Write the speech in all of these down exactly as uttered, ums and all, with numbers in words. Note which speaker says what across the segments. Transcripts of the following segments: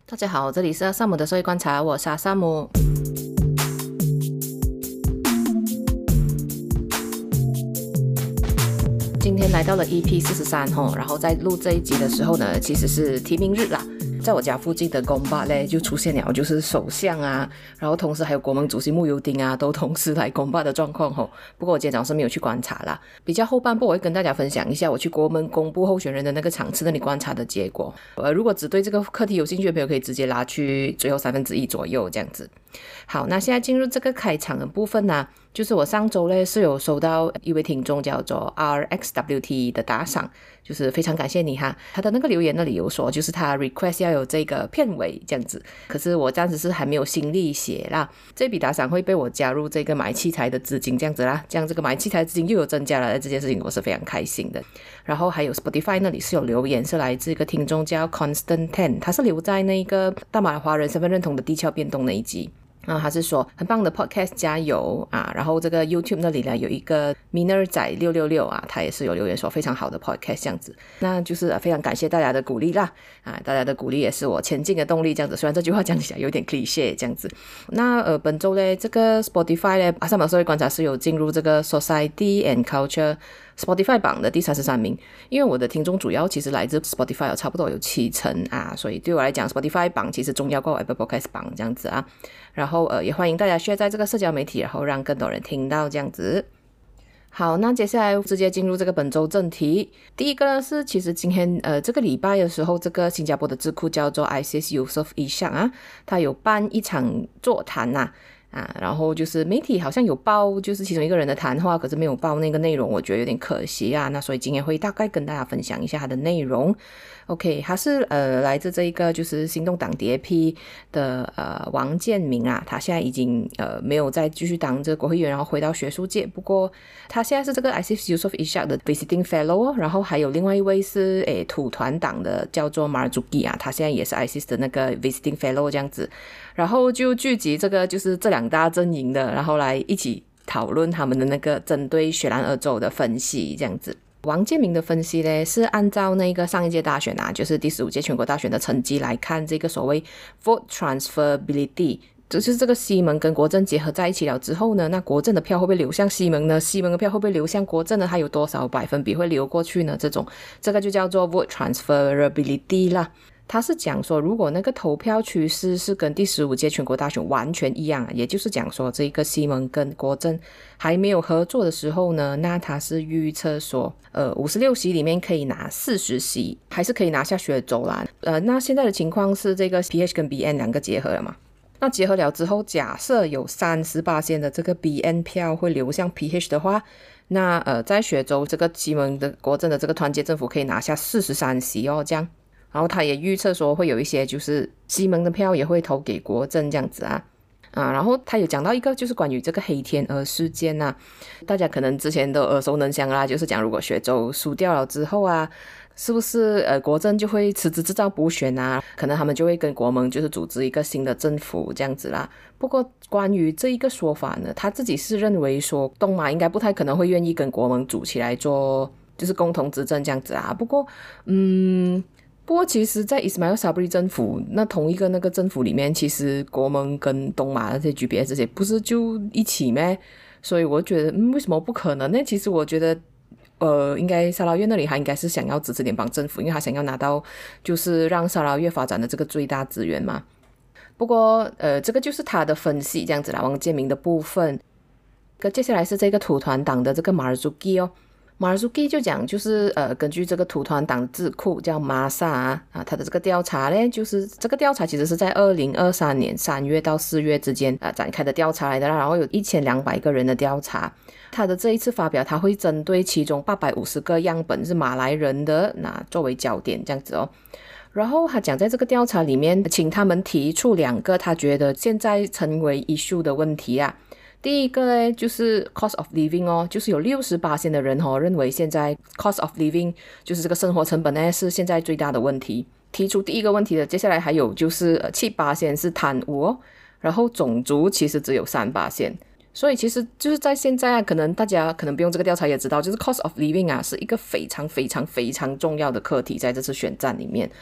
Speaker 1: 大家好，这里是阿萨姆的社会观察，我是阿萨姆。今天来到了 E P 四十三 然后在录这一集的时候呢，其实是提名日啦。在我家附近的公巴呢，就出现了就是首相啊，然后同时还有国盟主席慕尤丁啊，都同时来公巴的状况吼。不过我今天早上没有去观察啦，比较后半部我会跟大家分享一下我去国盟公布候选人的那个场次那里观察的结果。呃，如果只对这个课题有兴趣的朋友，可以直接拉去最后三分之一左右这样子。好，那现在进入这个开场的部分呢、啊，就是我上周呢是有收到一位听众叫做 R X W T 的打赏，就是非常感谢你哈。他的那个留言那里有说，就是他 request 要有这个片尾这样子，可是我暂时是还没有心力写啦。这笔打赏会被我加入这个买器材的资金这样子啦，这样这个买器材的资金又有增加了，这件事情我是非常开心的。然后还有 Spotify 那里是有留言，是来自一个听众叫 Constant Ten， 他是留在那个大马华人身份认同的地壳变动那一集。啊，他是说很棒的 podcast 加油啊，然后这个 YouTube 那里呢有一个 Miner 仔六六六啊，他也是有留言说非常好的 podcast 这样子，那就是非常感谢大家的鼓励啦啊，大家的鼓励也是我前进的动力这样子，虽然这句话讲起来有点 cliché 这样子。那呃本周呢这个 Spotify 呢阿萨姆社会观察是有进入这个 Society and Culture Spotify 榜的第三十三名，因为我的听众主要其实来自 Spotify 差不多有七成啊，所以对我来讲 Spotify 榜其实重要过 Apple Podcast 榜这样子啊。然后呃也欢迎大家 share 在这个社交媒体，然后让更多人听到这样子。好，那接下来直接进入这个本周正题。第一个呢是其实今天呃这个礼拜的时候，这个新加坡的智库叫做 ISIS Yusof Ishak 啊，他有办一场座谈呐、啊。啊，然后就是媒体好像有报就是其中一个人的谈话，可是没有报那个内容，我觉得有点可惜啊。那所以今天会大概跟大家分享一下它的内容。OK， 他是呃来自这一个就是行动党 D A P 的呃王建民啊，他现在已经呃没有再继续当这个国会议员，然后回到学术界。不过他现在是这个 ISIS Yusof Ishak 的 Visiting Fellow， 然后还有另外一位是诶土团党的叫做 Marzuki 啊，他现在也是 ISIS 的那个 Visiting Fellow 这样子。然后就聚集这个就是这两大阵营的，然后来一起讨论他们的那个针对雪兰莪州的分析这样子。王建民的分析呢是按照那个上一届大选啊，就是第十五届全国大选的成绩来看，这个所谓 vote transferability， 就是这个西蒙跟国阵结合在一起了之后呢，那国阵的票会不会流向西蒙呢？西蒙的票会不会流向国阵呢？它有多少百分比会流过去呢？这种这个就叫做 vote transferability 啦。他是讲说，如果那个投票趋势是跟第十五届全国大选完全一样，也就是讲说这个西蒙跟国阵还没有合作的时候呢，那他是预测说呃五十六席里面可以拿四十席，还是可以拿下雪州啦。呃那现在的情况是这个 P H 跟 B N 两个结合了嘛，那结合了之后，假设有 百分之三十八 的这个 B N 票会流向 P H 的话，那呃在雪州这个西蒙的国阵的这个团结政府可以拿下四十三席哦，这样。然后他也预测说会有一些就是西蒙的票也会投给国阵这样子啊啊，然后他有讲到一个就是关于这个黑天鹅事件啊，大家可能之前都耳熟能详啦，就是讲如果雪州输掉了之后啊，是不是呃国阵就会辞职制造补选啊？可能他们就会跟国盟就是组织一个新的政府这样子啦。不过关于这一个说法呢，他自己是认为说东马应该不太可能会愿意跟国盟组起来做就是共同执政这样子啊。不过嗯。不过其实在 Ismail Sabri 政府那同一个那个政府里面，其实国盟跟东马那些 G B S 这些不是就一起咩？所以我觉得嗯为什么不可能呢？其实我觉得呃应该沙捞越那里还应该是想要支持联邦政府，因为他想要拿到就是让沙捞越发展的这个最大资源嘛。不过呃这个就是他的分析这样子啦，王建民的部分。接下来是这个土团党的这个 Marzuki 哦。Marzuki 就讲就是呃，根据这个土团党智库叫 Masa 啊，他的这个调查呢，就是这个调查其实是在二零二三年三月到四月之间啊、呃、展开的调查来的啦，然后有一千两百个人的调查。他的这一次发表，他会针对其中八百五十个样本是马来人的那作为焦点这样子哦。然后他讲在这个调查里面，请他们提出两个他觉得现在成为 issue 的问题啊。第一个呢就是 cost of living 哦，就是有 百分之六十八 的人哦认为现在 cost of living 就是这个生活成本呢是现在最大的问题。提出第一个问题的，接下来还有就是呃 百分之七 是贪污哦，然后种族其实只有 百分之三。所以其实就是在现在啊，可能大家可能不用这个调查也知道，就是 cost of living 啊是一个非常非常非常重要的课题在这次选战里面。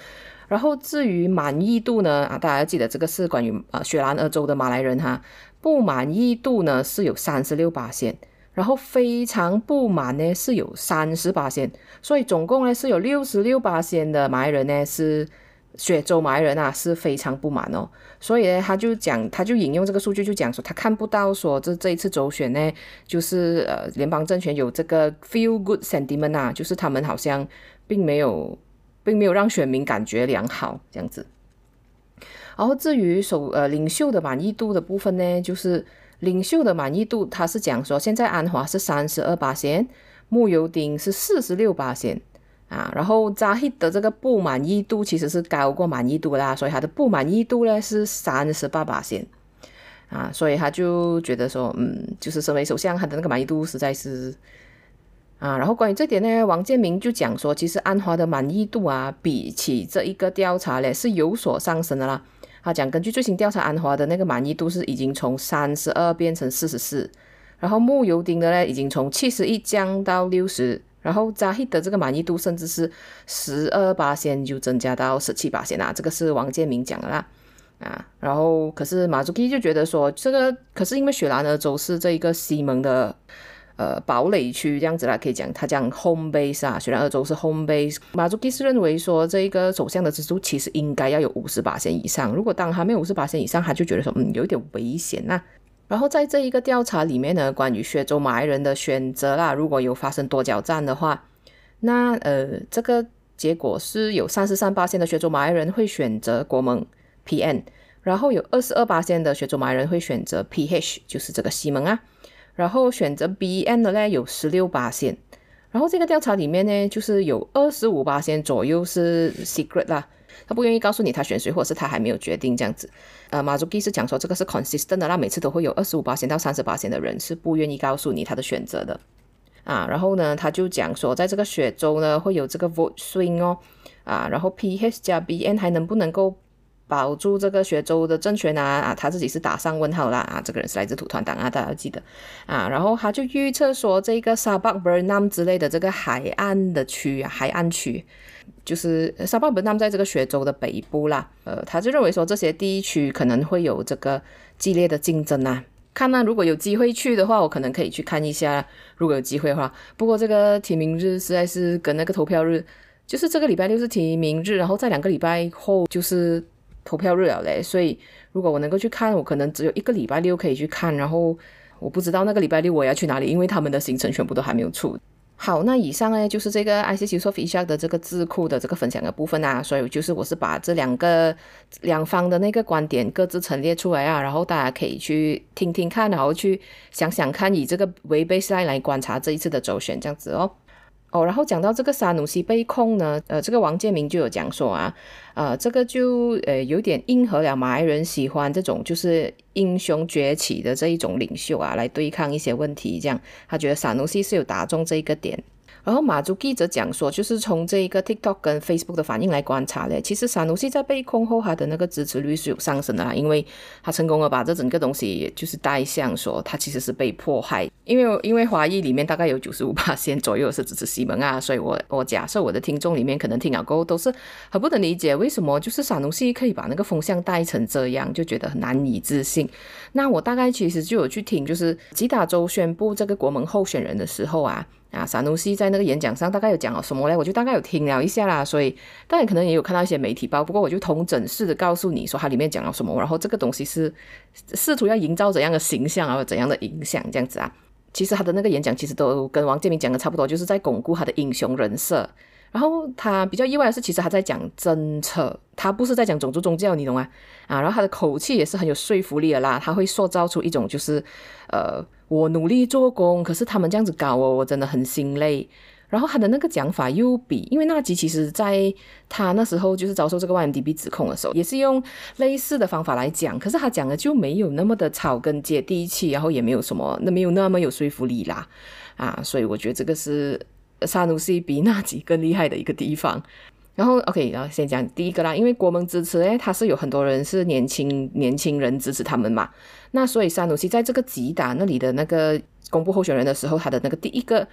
Speaker 1: 然后至于满意度呢，啊，大家要记得这个是关于呃雪兰莪州的马来人哈，不满意度呢是有三十六巴仙，然后非常不满呢是有三十巴仙，所以总共呢是有六十六巴仙的马来人呢是雪州马来人啊是非常不满哦，所以呢他就讲，他就引用这个数据就讲说，他看不到说这这一次州选呢，就是呃联邦政权有这个 feel good sentiment 啊，就是他们好像并没有并没有让选民感觉良好这样子。然后至于首呃领袖的满意度的部分呢，就是领袖的满意度，他是讲说现在安华是三十二巴仙，慕尤丁是四十六巴仙。啊，然后扎希的这个不满意度其实是高过满意度啦，所以他的不满意度呢是三十八巴仙啊，所以他就觉得说，嗯，就是身为首相，他的那个满意度实在是啊。然后关于这点呢，王建民就讲说，其实安华的满意度啊，比起这一个调查呢是有所上升的啦。他讲根据最新调查，安华的那个满意度是已经从三十二变成四十四，然后慕尤丁的呢已经从七十一降到六十。然后扎希的这个满意度甚至是十二巴仙就增加到十七巴仙啊，这个是王建民讲的啦啊。然后可是马祖基就觉得说，这个可是因为雪兰莪州是这一个西蒙的呃堡垒区这样子啦，可以讲他讲 home base 啊，雪兰莪州是 home base。马祖基是认为说，这一个首相的支持度其实应该要有五十巴仙以上，如果当他没有五十巴仙以上，他就觉得说嗯有一点危险呐、啊。然后在这一个调查里面呢，关于雪州马来人的选择啦，如果有发生多角战的话，那呃这个结果是有 百分之三十三 的雪州马来人会选择国盟 P N， 然后有 百分之二十二 的雪州马来人会选择 P H， 就是这个西蒙啊，然后选择 B N 的呢有 百分之十六， 然后这个调查里面呢就是有 百分之二十五 左右是 secret 啦，他不愿意告诉你他选谁，或者是他还没有决定这样子。呃，马祖基是讲说这个是 consistent 的啦，每次都会有 百分之二十五 到 百分之三十 的人是不愿意告诉你他的选择的啊。然后呢，他就讲说在这个雪州呢会有这个 vote swing 哦啊，然后 P H 加 B N 还能不能够保住这个雪州的政权啊啊，他自己是打上问号啦啊，这个人是来自土团党啊，大家要记得啊。然后他就预测说这个沙巴、Bernam 之类的这个海岸的区啊，海岸区。就是沙巴本纳在这个雪州的北部啦，呃，他就认为说这些地区可能会有这个激烈的竞争啊。看啊，如果有机会去的话，我可能可以去看一下，如果有机会的话。不过这个提名日实在是跟那个投票日，就是这个礼拜六是提名日，然后在两个礼拜后就是投票日了嘞。所以如果我能够去看，我可能只有一个礼拜六可以去看，然后我不知道那个礼拜六我要去哪里，因为他们的行程全部都还没有出。好，那以上呢就是这个 I C Yusof Ishak 的这个智库的这个分享的部分啊，所以就是我是把这两个两方的那个观点各自陈列出来啊，然后大家可以去听听看，然后去想想看，以这个为 baseline 来观察这一次的州选这样子哦。哦，然后讲到这个沙努西被控呢，呃，这个王建民就有讲说啊，呃，这个就呃有点应和了马来人喜欢这种就是英雄崛起的这一种领袖啊，来对抗一些问题，这样他觉得沙努西是有打中这一个点。然后马祖基则讲说，就是从这一个 TikTok 跟 Facebook 的反应来观察嘞，其实沙努西在被控后，他的那个支持率是有上升的啦，因为他成功的把这整个东西就是带向说他其实是被迫害，因为因为华裔里面大概有 百分之九十五 左右是支持西蒙啊，所以我我假设我的听众里面可能听了过后都是很不能理解为什么就是沙努西可以把那个风向带成这样，就觉得很难以置信。那我大概其实就有去听，就是吉打州宣布这个国盟候选人的时候啊。啊，沙努西在那个演讲上大概有讲了什么呢？我就大概有听了一下啦，所以当然可能也有看到一些媒体报，不过我就同整式的告诉你说它里面讲了什么，然后这个东西是试图要营造怎样的形象啊，怎样的影响这样子啊。其实他的那个演讲其实都跟王建民讲的差不多，就是在巩固他的英雄人设。然后他比较意外的是，其实他在讲政策，他不是在讲种族宗教，你懂吗？啊，然后他的口气也是很有说服力的啦，他会塑造出一种就是呃我努力做工，可是他们这样子搞我，我真的很心累。然后他的那个讲法又比，因为纳吉其实在他那时候就是遭受这个 Y M D B 指控的时候，也是用类似的方法来讲，可是他讲的就没有那么的草根接地气，然后也没有什么，那没有那么有说服力啦，啊，所以我觉得这个是沙努西比纳吉更厉害的一个地方。然后 OK， 然后先讲第一个啦，因为国盟支持诶，他是有很多人是年轻年轻人支持他们嘛，那所以沙努西在这个吉打那里的那个公布候选人的时候，他的那个第一个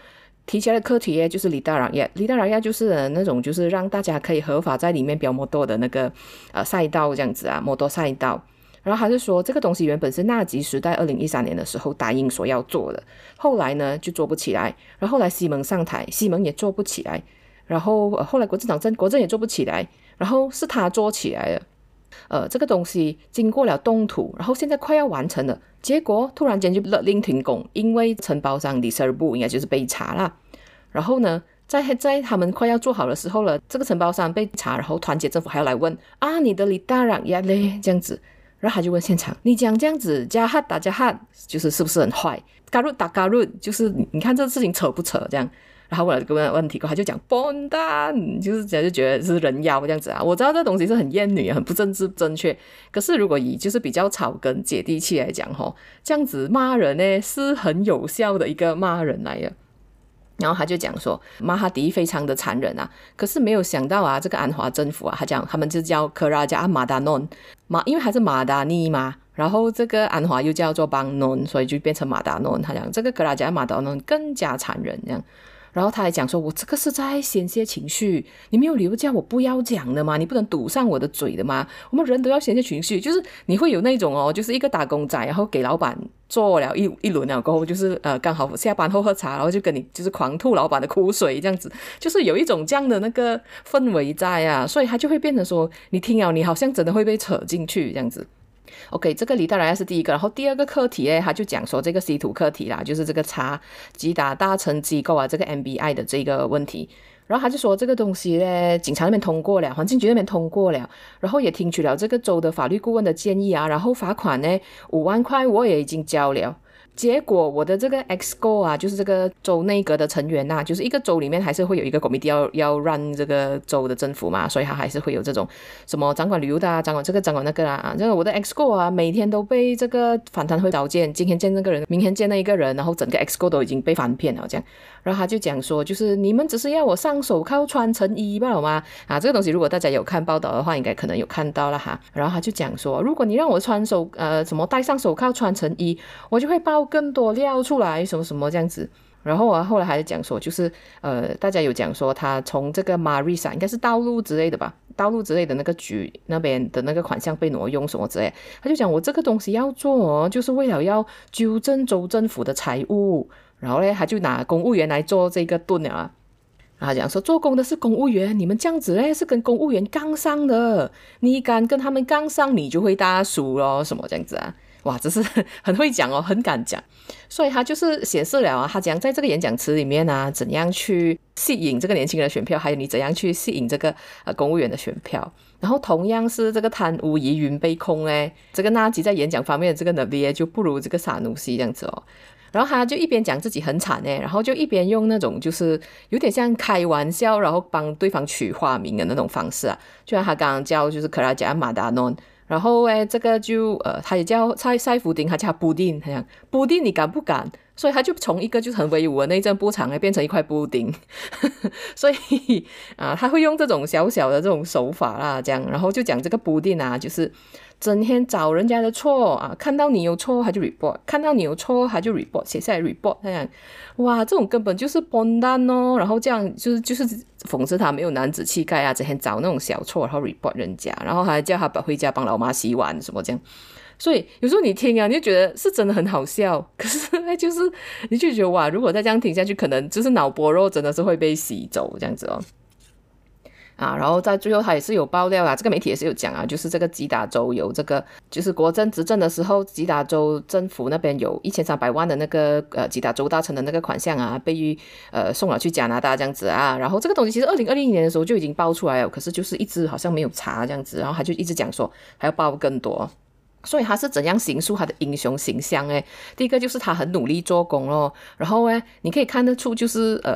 Speaker 1: 提起来的课题耶，就是 Lidah Rakyat。Lidah Rakyat 就是、呃、那种就是让大家可以合法在里面飙摩托的那个呃赛道这样子啊，摩托赛道。然后他就说这个东西原本是纳吉时代二零一三年的时候答应说要做的，后来呢就做不起来，然后后来西蒙上台，西蒙也做不起来，然后、呃、后来国政党政国政也做不起来，然后是他做起来了。呃，这个东西经过了动土，然后现在快要完成了，结果突然间就勒令停工，因为承包商第十部应该就是被查啦。然后呢，在在他们快要做好的时候了，这个承包商被查，然后团结政府还要来问啊，你的Lidah Rakyat嘞这样子，然后他就问现场，你讲这样子加哈打加哈，就是是不是很坏？加入打加入，就是你你看这事情扯不扯这样？然后问了这个问题，他就讲笨蛋，就是就觉得是人妖这样子啊。我知道这东西是很厌女，很不政治正确，可是如果以就是比较草根接地气来讲吼，这样子骂人呢是很有效的一个骂人来的。然后他就讲说马哈迪非常的残忍啊，可是没有想到啊，这个安华政府啊，他讲他们就叫克拉加马达诺马，因为还是马达尼嘛，然后这个安华又叫做邦诺，所以就变成马达诺。他讲这个克拉加马达诺更加残忍这样。然后他还讲说，我这个是在宣泄情绪，你没有理由叫我不要讲的嘛，你不能堵上我的嘴的嘛，我们人都要宣泄情绪，就是你会有那种哦，就是一个打工仔，然后给老板做了一一轮了过后，就是呃刚好下班后喝茶，然后就跟你就是狂吐老板的苦水这样子，就是有一种这样的那个氛围在啊，所以他就会变成说，你听了你好像真的会被扯进去这样子。OK， 这个Lidah Rakyat是第一个，然后第二个课题呢，他就讲说这个 C 图课题啦，就是这个查吉打大成机构啊，这个 M B I 的这个问题，然后他就说这个东西呢，警察那边通过了，环境局那边通过了，然后也听取了这个州的法律顾问的建议啊，然后罚款呢五万块我也已经交了。结果我的这个 X C O 啊，就是这个州内阁的成员呐、啊，就是一个州里面还是会有一个 committee 要要 run 这个州的政府嘛，所以他还是会有这种什么掌管旅游的啊，掌管这个掌管那个啊，这个我的 X C O 啊，每天都被这个反贪会召见，今天见那个人，明天见那一个人，然后整个 X C O 都已经被翻遍了这样。然后他就讲说，就是你们只是要我上手铐穿成衣罢了吗？啊，这个东西如果大家有看报道的话，应该可能有看到了哈。然后他就讲说，如果你让我穿手呃什么戴上手铐穿成衣，我就会爆更多料出来，什么什么这样子。然后啊，后来还是讲说，就是呃，大家有讲说他从这个 Marisa 应该是道路之类的吧，道路之类的那个局那边的那个款项被挪用什么之类，他就讲我这个东西要做哦，就是为了要纠正州政府的财务。然后呢，他就拿公务员来做这个盾了啊。他讲说，做工的是公务员，你们这样子呢是跟公务员杠上的，你敢跟他们杠上，你就会大输咯，什么这样子啊？哇，这是很会讲哦，很敢讲。所以他就是显示了啊，他讲在这个演讲词里面啊，怎样去吸引这个年轻人的选票，还有你怎样去吸引这个呃公务员的选票。然后同样是这个贪污疑云被控呢，这个纳吉在演讲方面的这个能力就不如这个萨努西这样子哦。然后他就一边讲自己很惨诶，然后就一边用那种就是有点像开玩笑，然后帮对方取花名的那种方式啊，就像他刚刚叫就是克拉加马达诺，然后诶这个就呃他也叫塞塞夫丁，他叫他布丁，他讲布丁你敢不敢？所以他就从一个就是很威武的内政部长变成一块布丁所以啊他会用这种小小的这种手法啦，这样然后就讲这个布丁啊，就是整天找人家的错啊，看到你有错他就 report， 看到你有错他就 report， 写下来 report， 这样哇，这种根本就是笨蛋哦。然后这样就是就是讽刺他没有男子气概啊，整天找那种小错然后 report 人家，然后还叫他回家帮老妈洗碗什么这样。所以有时候你听啊，你就觉得是真的很好笑，可是就是你就觉得哇，如果再这样听下去，可能就是脑波肉真的是会被洗走这样子哦。啊，然后在最后他也是有爆料啊，这个媒体也是有讲啊，就是这个吉打州有这个，就是国政执政的时候，吉打州政府那边有一千三百万的那个呃吉打州大臣的那个款项啊，被呃送了去加拿大这样子啊，然后这个东西其实二零二零年的时候就已经爆出来了，可是就是一直好像没有查这样子，然后他就一直讲说还要爆更多。所以他是怎样形塑他的英雄形象诶？第一个就是他很努力做工咯，然后呢，你可以看得出就是呃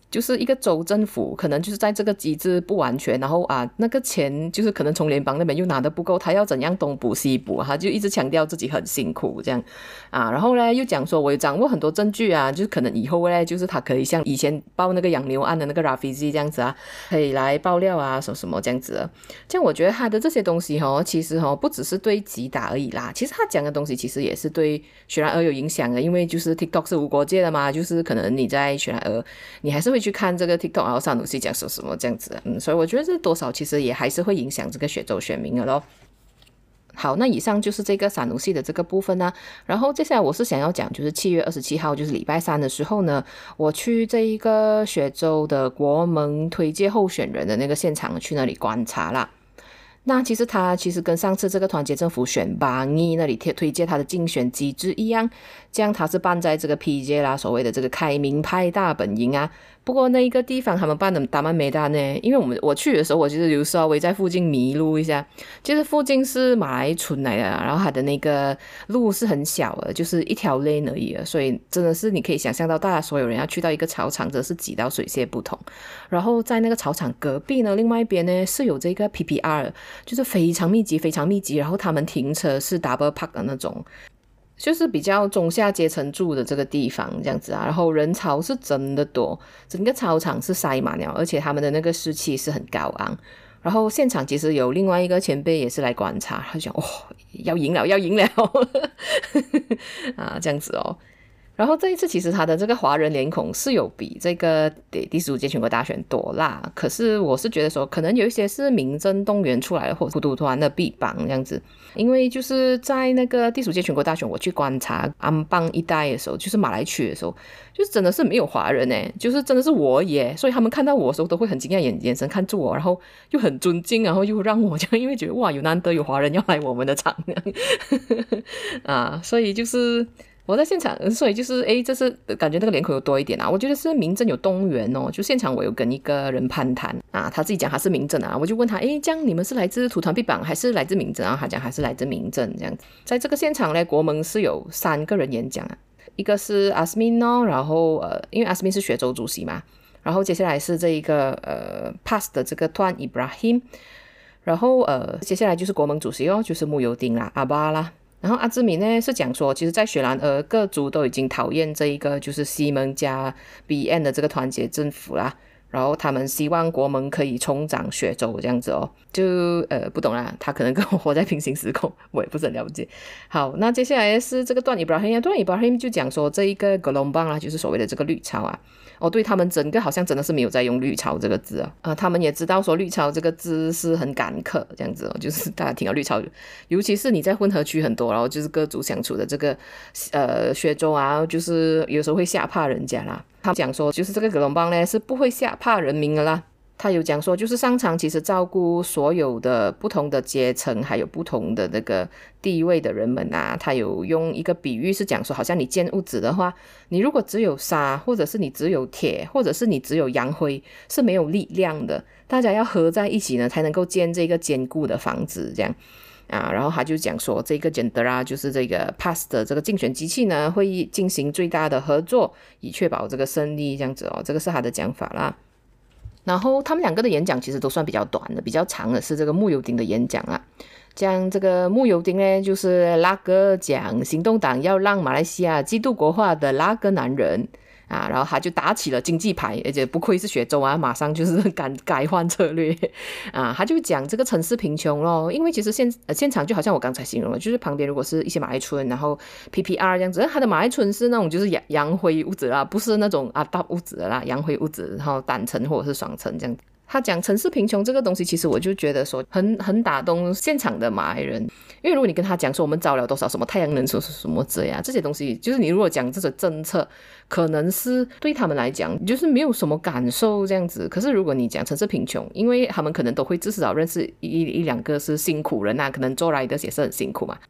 Speaker 1: 就是一个州政府可能就是在这个机制不完全，然后啊那个钱就是可能从联邦那边又拿得不够，他要怎样东补西补，他就一直强调自己很辛苦这样啊，然后呢又讲说我有掌握很多证据啊，就是可能以后呢就是他可以像以前爆那个养牛案的那个 Rafizi 这样子啊，可以来爆料啊什么什么这样子的。这样我觉得他的这些东西哦，其实哦不只是对吉打而已啦，其实他讲的东西其实也是对雪兰莪有影响的，因为就是 TikTok 是无国界的嘛，就是可能你在雪兰莪你还是会去看这个 TikTok， 然后萨努西讲说什么这样子，嗯，所以我觉得这多少其实也还是会影响这个雪州选民的咯。好，那以上就是这个萨努西的这个部分呢，然后接下来我是想要讲，就是七月二十七号，就是礼拜三的时候呢，我去这一个雪州的国盟推介候选人的那个现场去那里观察啦。那其实他其实跟上次这个团结政府选巴尼那里推荐他的竞选机制一样，这样他是办在这个 P J 啦，所谓的这个开明派大本营啊。不过那一个地方他们办的达曼没大呢，因为我们我去的时候，我其实有稍微在附近迷路一下，就是附近是马来村来的，然后它的那个路是很小的，就是一条 lane 而已，所以真的是你可以想象到，大家所有人要去到一个草场，真的是挤到水泄不通。然后在那个草场隔壁呢，另外一边呢是有这个 P P R， 就是非常密集非常密集，然后他们停车是 double park 的那种，就是比较中下阶层住的这个地方这样子啊，然后人潮是真的多，整个操场是塞满了，而且他们的那个士气是很高昂。然后现场其实有另外一个前辈也是来观察，他就讲哦，要赢了要赢了啊这样子哦。然后这一次其实他的这个华人脸孔是有比这个第十五届全国大选多啦，可是我是觉得说可能有一些是民政动员出来的，或者孤独团的臂膀这样子。因为就是在那个第十五届全国大选我去观察安邦一带的时候，就是马来区的时候，就是真的是没有华人耶，就是真的是我耶，所以他们看到我的时候都会很惊讶，眼眼神看住我，然后又很尊敬，然后又让我这样，因为觉得哇有难得有华人要来我们的场啊，所以就是我在现场，所以就是诶，这是感觉那个脸孔有多一点啊。我觉得是民政有动员哦，就现场我有跟一个人攀谈啊，他自己讲他是民政啊，我就问他，诶，这样你们是来自土团臂膀还是来自民政啊？他讲还是来自民政这样子。在这个现场呢，国盟是有三个人演讲啊，一个是阿斯敏哦，然后呃，因为阿斯敏是雪州主席嘛，然后接下来是这一个呃 P A S 的这个段 Ibrahim， 然后呃接下来就是国盟主席哦，就是慕尤丁啦，阿巴啦。然后阿兹米呢是讲说，其实在雪兰莪各族都已经讨厌这一个就是西蒙加 B N 的这个团结政府啦，然后他们希望国盟可以重掌雪州这样子哦，就呃不懂啦，他可能跟我活在平行时空，我也不是很了解。好，那接下来是这个段 Ibrahim， 段 Ibrahim 就讲说这一个 Gelombang 啦，就是所谓的这个绿潮啊，哦对，他们整个好像真的是没有在用绿潮这个字啊，呃他们也知道说绿潮这个字是很赶客这样子哦，就是大家听到绿潮，尤其是你在混合区很多，然后就是各族相处的这个呃雪州啊，就是有时候会吓怕人家啦。他讲说就是这个格隆邦呢是不会吓怕人民的啦，他有讲说就是上场其实照顾所有的不同的阶层还有不同的那个地位的人们啊，他有用一个比喻是讲说好像你建屋子的话，你如果只有沙或者是你只有铁或者是你只有洋灰是没有力量的，大家要合在一起呢才能够建这个坚固的房子这样啊，然后他就讲说这个 Jentera 就是这个 P A S 的这个竞选机器呢会进行最大的合作以确保这个胜利这样子哦，这个是他的讲法啦。然后他们两个的演讲其实都算比较短的，比较长的是这个慕尤丁的演讲啊。像这个慕尤丁呢就是那个讲行动党要让马来西亚基督国化的那个男人啊，然后他就打起了经济牌，而且不愧是雪州啊，马上就是改改换策略啊，他就讲这个城市贫穷咯，因为其实现呃现场就好像我刚才形容了，就是旁边如果是一些马来村，然后 P P R 这样子，他的马来村是那种就是洋洋灰屋子啦，不是那种阿达屋子啦，洋灰屋子，然后单层或者是双层这样子。他讲城市贫穷这个东西，其实我就觉得说很很打动现场的马来人，因为如果你跟他讲说我们招了多少什么太阳能什什么这样这些东西，就是你如果讲这种政策，可能是对他们来讲就是没有什么感受这样子。可是如果你讲城市贫穷，因为他们可能都会至少认识一一两个是辛苦人啊，可能做来的也是很辛苦嘛。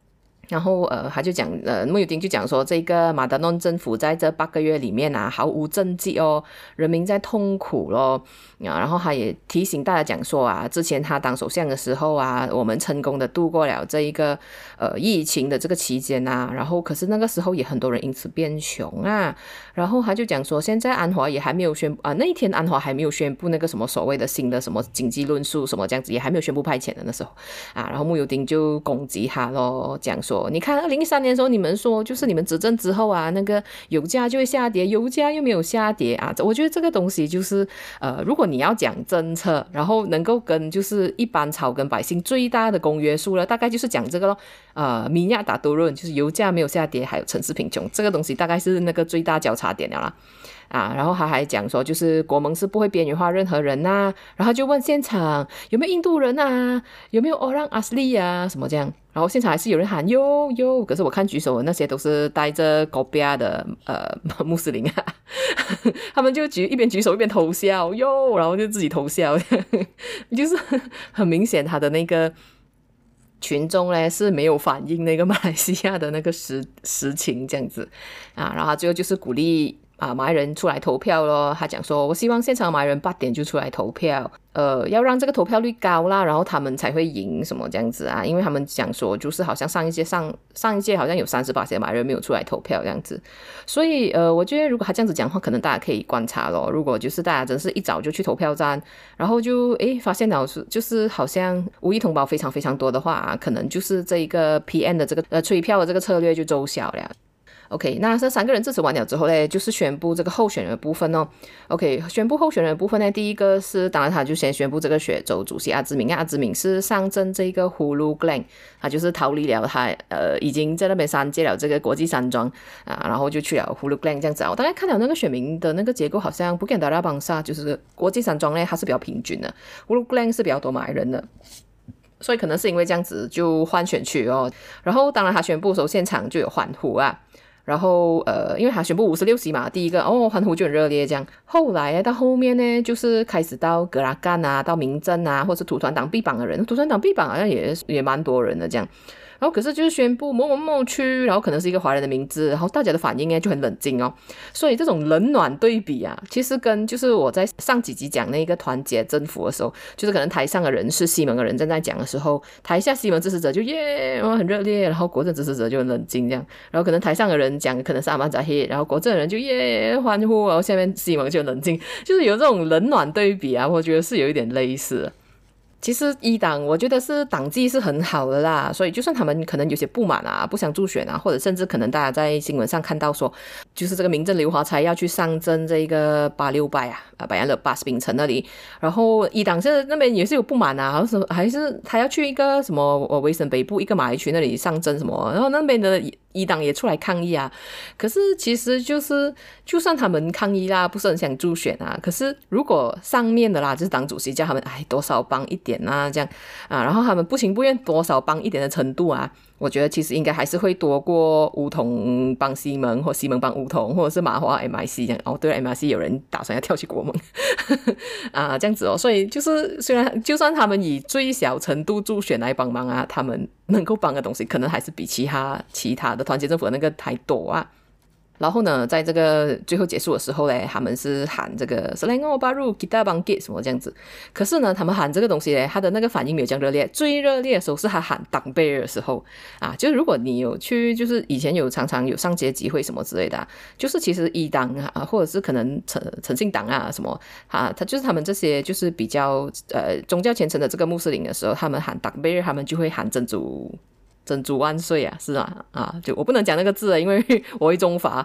Speaker 1: 然后呃，他就讲，呃，穆尤丁就讲说，这个马德诺政府在这八个月里面啊，毫无政绩哦，人民在痛苦咯。啊，然后他也提醒大家讲说啊，之前他当首相的时候啊，我们成功的度过了这一个呃疫情的这个期间啊，然后可是那个时候也很多人因此变穷啊。然后他就讲说，现在安华也还没有宣布啊，那一天安华还没有宣布那个什么所谓的新的什么经济论述什么这样子，也还没有宣布派遣的那时候啊，然后穆尤丁就攻击他咯，讲说，你看二零一三年的时候你们说就是你们执政之后啊，那个油价就会下跌，油价又没有下跌啊，我觉得这个东西就是呃，如果你要讲政策，然后能够跟就是一般草根百姓最大的公约数了，大概就是讲这个咯，呃，米亚打多论就是油价没有下跌，还有城市贫穷，这个东西大概是那个最大交叉点了啦。啊，然后他还讲说，就是国盟是不会边缘化任何人呐、啊，然后就问现场有没有印度人啊，有没有欧让阿斯利啊，什么这样，然后现场还是有人喊哟哟，可是我看举手的那些都是带着高比亚的呃穆斯林啊，他们就举一边举手一边偷笑哟，然后就自己偷笑，就是很明显他的那个群众呢是没有反映那个马来西亚的那个实实情这样子啊，然后他最后就是鼓励啊，马来人出来投票咯。他讲说，我希望现场马来人八点就出来投票，呃，要让这个投票率高啦，然后他们才会赢什么这样子啊？因为他们讲说，就是好像上一届上上一届好像有三十八%马来人没有出来投票这样子，所以呃，我觉得如果他这样子讲的话，可能大家可以观察咯。如果就是大家真是一早就去投票站，然后就诶发现了是就是好像无意同胞非常非常多的话、啊，可能就是这一个 P M 的这个呃催票的这个策略就奏效了。OK， 那这三个人支持完了之后呢，就是宣布这个候选人的部分哦。OK， 宣布候选人的部分呢，第一个是当然他就先宣布这个雪州主席阿兹敏，阿兹敏是上阵这个 Hulu Klang， 他就是逃离了他呃已经在那边三届了这个国际山庄啊，然后就去了 Hulu Klang 这样子啊。我大概看了那个选民的那个结构，好像不跟达拉邦萨就是国际山庄呢，它是比较平均的 ，Hulu Klang 是比较多马来人的。所以可能是因为这样子就换选区哦，然后当然他宣布的时候现场就有欢呼啊。然后呃，因为他宣布五十六席嘛，第一个哦欢呼就很热烈这样。后来到后面呢，就是开始到格拉干啊，到民政啊，或是土团党必榜的人，土团党必榜好像也也蛮多人的这样。然后可是就是宣布某某某区，然后可能是一个华人的名字，然后大家的反应呢就很冷静哦。所以这种冷暖对比啊，其实跟就是我在上几集讲那个团结政府的时候，就是可能台上的人是西蒙的人正在讲的时候，台下西蒙支持者就耶很热烈，然后国政支持者就很冷静这样。然后可能台上的人讲可能是阿曼扎希，然后国政的人就耶欢呼，然后下面西蒙就冷静，就是有这种冷暖对比啊，我觉得是有一点类似。其实一党我觉得是党纪是很好的啦，所以就算他们可能有些不满啊，不想助选啊，或者甚至可能大家在新闻上看到说，就是这个民政刘华才要去上阵这个八六拜啊，啊，百安乐巴斯槟城那里，然后一党是那边也是有不满啊，好像还是他要去一个什么呃维省北部一个马来区那里上阵什么，然后那边的一党也出来抗议啊。可是其实就是就算他们抗议啦，不是很想助选啊，可是如果上面的啦，就是党主席叫他们哎多少帮一点啊这样啊，然后他们不情不愿多少帮一点的程度啊，我觉得其实应该还是会多过巫统帮西蒙或西蒙帮巫统，或者是马华 M I C 这样。哦对了 M I C 有人打算要跳去国盟啊这样子哦，所以就是虽然就算他们以最小程度助选来帮忙啊，他们能够帮的东西可能还是比其他其他的团结政府的那个还多啊。然后呢，在这个最后结束的时候嘞，他们是喊这个 Selangor Baru Kita Bangkit 什么这样子。可是呢，他们喊这个东西嘞，他的那个反应没有这样热烈。最热烈的时候是他喊党贝尔的时候啊，就是如果你有去，就是以前有常常有上街集会什么之类的、啊，就是其实一党啊，或者是可能诚诚信党啊什么啊，他就是他们这些就是比较呃宗教虔诚的这个穆斯林的时候，他们喊党贝尔，他们就会喊真主。真主万岁啊，是啊，啊，就我不能讲那个字啊，因为我会中罚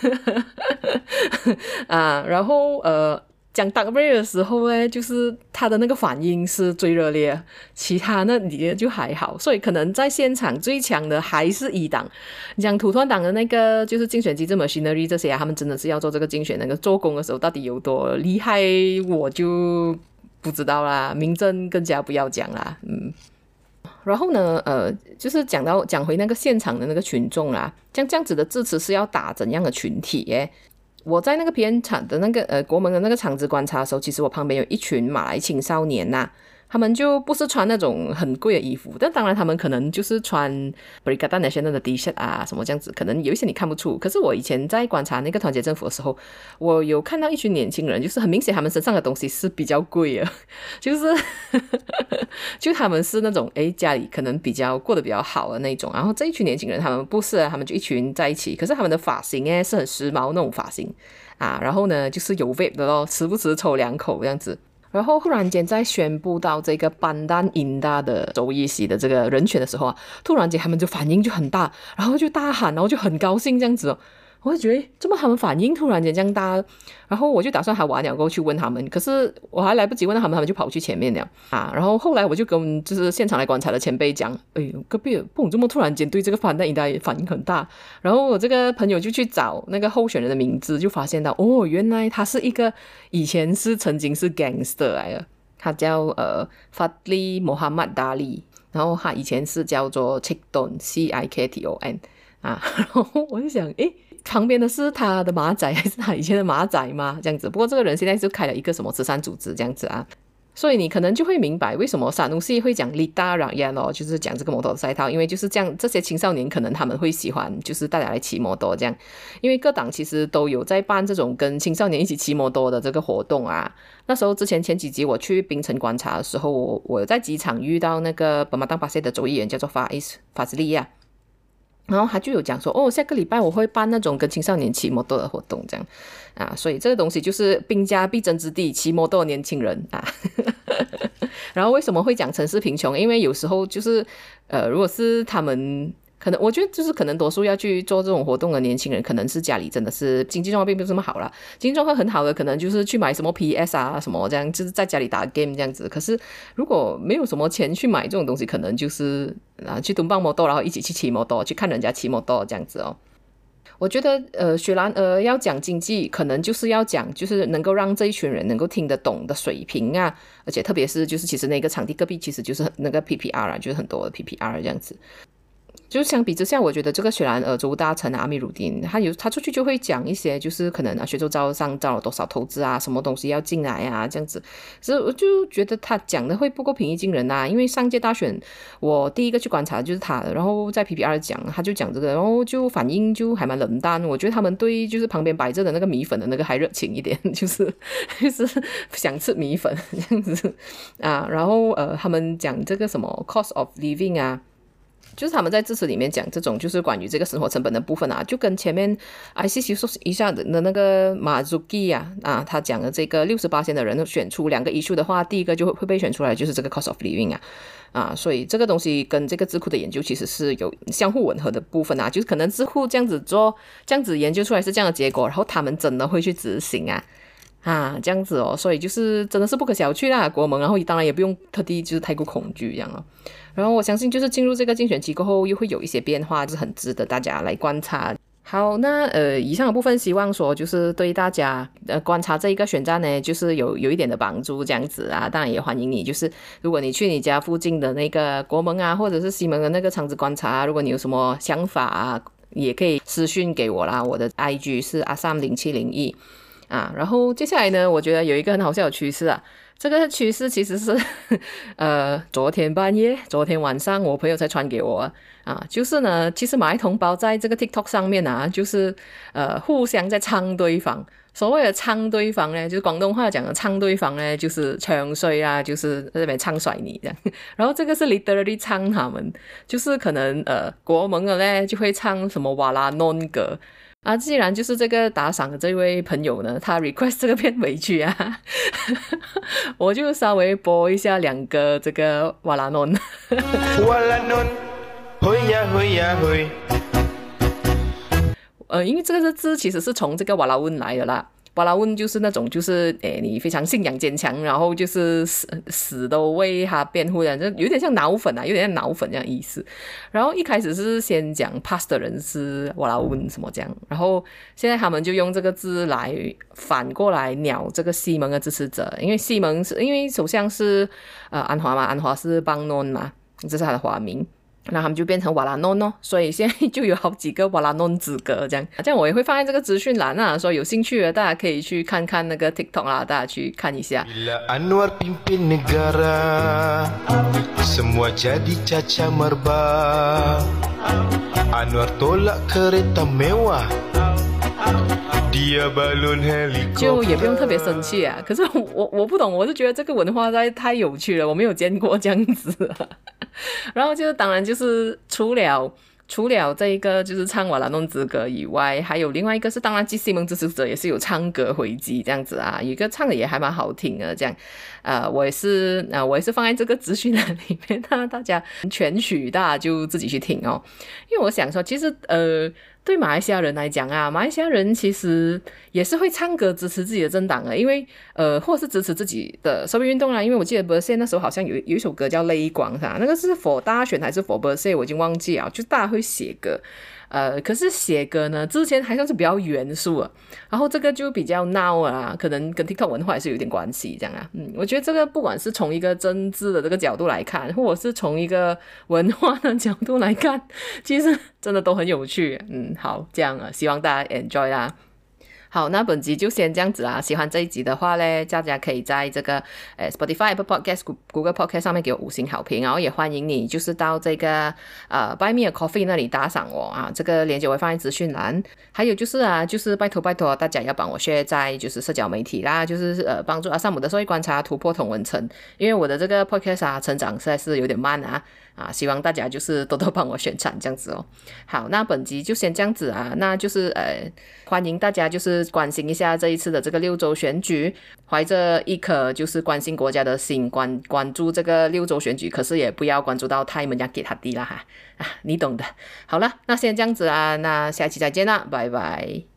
Speaker 1: 啊。然后呃，讲党贝尔的时候呢，就是他的那个反应是最热烈，其他那里就还好，所以可能在现场最强的还是一党。讲土团党的那个就是竞选机制 machinery 这些啊，他们真的是要做这个竞选那个做工的时候到底有多厉害，我就不知道啦。民政更加不要讲啦，嗯。然后呢，呃，就是讲到讲回那个现场的那个群众啦，像这样子的支持是要打怎样的群体耶？我在那个 P M 场的那个呃国门的那个场子观察的时候，其实我旁边有一群马来青少年呐、 他们就不是穿那种很贵的衣服，但当然他们可能就是穿 Perikatan Nasional 的 T-shirt 啊什么这样子，可能有一些你看不出。可是我以前在观察那个团结政府的时候，我有看到一群年轻人，就是很明显他们身上的东西是比较贵的，就是就他们是那种诶家里可能比较过得比较好的那种，然后这一群年轻人他们不是啊，他们就一群在一起，可是他们的发型诶是很时髦那种发型啊，然后呢就是有 vape 的咯，时不时抽两口这样子。然后忽然间在宣布到这个班丹英大的州议席的这个人选的时候啊，突然间他们就反应就很大，然后就大喊，然后就很高兴这样子哦。我就觉得这么他们反应突然间这样大，然后我就打算还完了过后去问他们，可是我还来不及问他们，他们就跑去前面了啊。然后后来我就跟就是现场来观察的前辈讲，哎呦隔壁不懂这么突然间对这个班丹英大反应很大，然后我这个朋友就去找那个候选人的名字，就发现到哦，原来他是一个以前是曾经是 gangster 来的，他叫呃 Fadli Muhammad Dali， 然后他以前是叫做 Cikton C I K T O N 啊，然后我就想诶旁边的是他的马仔还是他以前的马仔吗？这样子。不过这个人现在就开了一个什么慈善组织这样子啊，所以你可能就会明白为什么萨努西会讲 Lita Rakyat 咯，就是讲这个摩托赛道，因为就是这样，这些青少年可能他们会喜欢，就是大家来骑摩托这样。因为各党其实都有在办这种跟青少年一起骑摩托的这个活动啊。那时候之前前几集我去槟城观察的时候，我我在机场遇到那个本马当巴塞的州议员叫做法伊斯法斯利亚。然后他就有讲说，哦，下个礼拜我会办那种跟青少年骑摩托的活动，这样啊，所以这个东西就是兵家必争之地，骑摩托的年轻人啊。然后为什么会讲城市贫穷？因为有时候就是呃，如果是他们。可能我觉得就是可能多数要去做这种活动的年轻人，可能是家里真的是经济状况并不是这么好啦，经济状况很好的可能就是去买什么 P S 啊什么这样，就是在家里打 game 这样子。可是如果没有什么钱去买这种东西，可能就是啊去蹲棒摩托，然后一起去骑摩托，去看人家骑摩托这样子哦。我觉得呃，雪兰莪要讲经济，可能就是要讲就是能够让这一群人能够听得懂的水平啊，而且特别是就是其实那个场地隔壁其实就是那个 P P R 啊，就是很多的 P P R 这样子。就相比之下，我觉得这个雪兰莪州大臣阿米鲁丁，他有他出去就会讲一些，就是可能啊，雪州招商招了多少投资啊，什么东西要进来啊，这样子。所以我就觉得他讲的会不够平易近人啊。因为上届大选，我第一个去观察的就是他的，然后在 P P R 讲，他就讲这个，然后就反应就还蛮冷淡。我觉得他们对就是旁边摆着的那个米粉的那个还热情一点，就是就是想吃米粉这样子啊。然后呃，他们讲这个什么 cost of living 啊。就是他们在致辞里面讲这种就是关于这个生活成本的部分啊，就跟前面 I C C 说一下的那个马祖基啊啊，他讲的这个 百分之六十八 的人选出两个 issue 的话，第一个就会被选出来就是这个 cost of living 啊啊，所以这个东西跟这个智库的研究其实是有相互吻合的部分啊，就是可能智库这样子做这样子研究出来是这样的结果，然后他们真的会去执行啊啊，这样子哦，所以就是真的是不可小觑啦，国盟，然后当然也不用特地就是太过恐惧这样哦。然后我相信就是进入这个竞选期过后又会有一些变化，就是很值得大家来观察。好，那呃以上的部分希望说就是对大家呃观察这一个选战呢，就是有有一点的帮助这样子啊。当然也欢迎你，就是如果你去你家附近的那个国盟啊，或者是西门的那个场子观察啊，如果你有什么想法啊，也可以私讯给我啦。我的 I G 是阿sam零七零一啊。然后接下来呢，我觉得有一个很好笑的趋势啊。这个趋势其实是呃昨天半夜昨天晚上我朋友才传给我啊，就是呢其实马来同胞在这个 TikTok 上面啊，就是呃互相在唱对方。所谓的唱对方呢，就是广东话讲的唱对方呢，就是唱衰啊，就是在那边唱衰你这样。然后这个是 literally 唱他们，就是可能呃国盟的呢就会唱什么瓦拉诺歌啊，既然就是这个打赏的这位朋友呢，他 request 这个片尾曲啊，我就稍微播一下两个这个瓦拉诺。瓦拉诺，嘿呀嘿呀嘿。呃，因为这个字其实是从这个瓦拉温来的啦。瓦拉温就是那种就是诶你非常信仰坚强，然后就是死死都为他辩护的，就有点像脑粉啊，有点像脑粉这样意思。然后一开始是先讲 pass 的人是瓦拉温什么这样，然后现在他们就用这个字来反过来鸟这个西蒙的支持者，因为西蒙是因为首相是呃安华嘛，安华是邦诺嘛，这是他的华名。 那他们就变成瓦拉诺哦，所以现在就有好几个瓦拉诺资格这样，这样我也会放在这个资讯栏啊，说有兴趣的大家可以去看看那个 TikTok 啦，大家去看一下。
Speaker 2: Bila Anwar pimpin negara semua jadi caca merba Anwar tolak kereta mewah dia balon helikopter
Speaker 1: 就也不用特别生气啊，可是我我不懂，我是觉得这个文化实在太有趣了，我没有见过这样子然后就当然就是除了除了这一个就是唱瓦拉弄之歌以外，还有另外一个是当然基西蒙支持者也是有唱歌回击这样子啊，有一个唱的也还蛮好听的这样，呃，我也是呃，我也是放在这个资讯栏里面，那大家全曲大家就自己去听哦，因为我想说其实呃对马来西亚人来讲啊，马来西亚人其实也是会唱歌支持自己的政党的，因为呃，或是支持自己的社会运动啦。因为我记得 Bersih 那时候好像有有一首歌叫《泪光》是吧？那个是 for 大选还是 for Bersih 我已经忘记了，就大家会写歌。呃，可是写歌呢，之前还算是比较严肃啊，然后这个就比较闹啊，可能跟 TikTok 文化也是有点关系这样啊。嗯，我觉得这个不管是从一个政治的这个角度来看，或者是从一个文化的角度来看，其实真的都很有趣。嗯，好，这样啊，希望大家 enjoy 啦。好，那本集就先这样子啦。喜欢这一集的话呢，大家可以在这个呃 Spotify、Apple Podcast、Google Podcast 上面给我五星好评，然后也欢迎你就是到这个呃 Buy Me a Coffee 那里打赏我啊，这个链接我会放在资讯栏。还有就是啊，就是拜托拜托大家要帮我 share 在就是社交媒体啦，就是呃帮助阿萨姆的社会观察突破同温层，因为我的这个 Podcast 啊成长实在是有点慢啊。啊，希望大家就是多多帮我宣传这样子哦。好，那本集就先这样子啊，那就是呃，欢迎大家就是关心一下这一次的这个六州选举，怀着一颗就是关心国家的心，关关注这个六州选举，可是也不要关注到太们家给他低啦哈，啊，你懂的。好了，那先这样子啊，那下期再见啦，拜拜。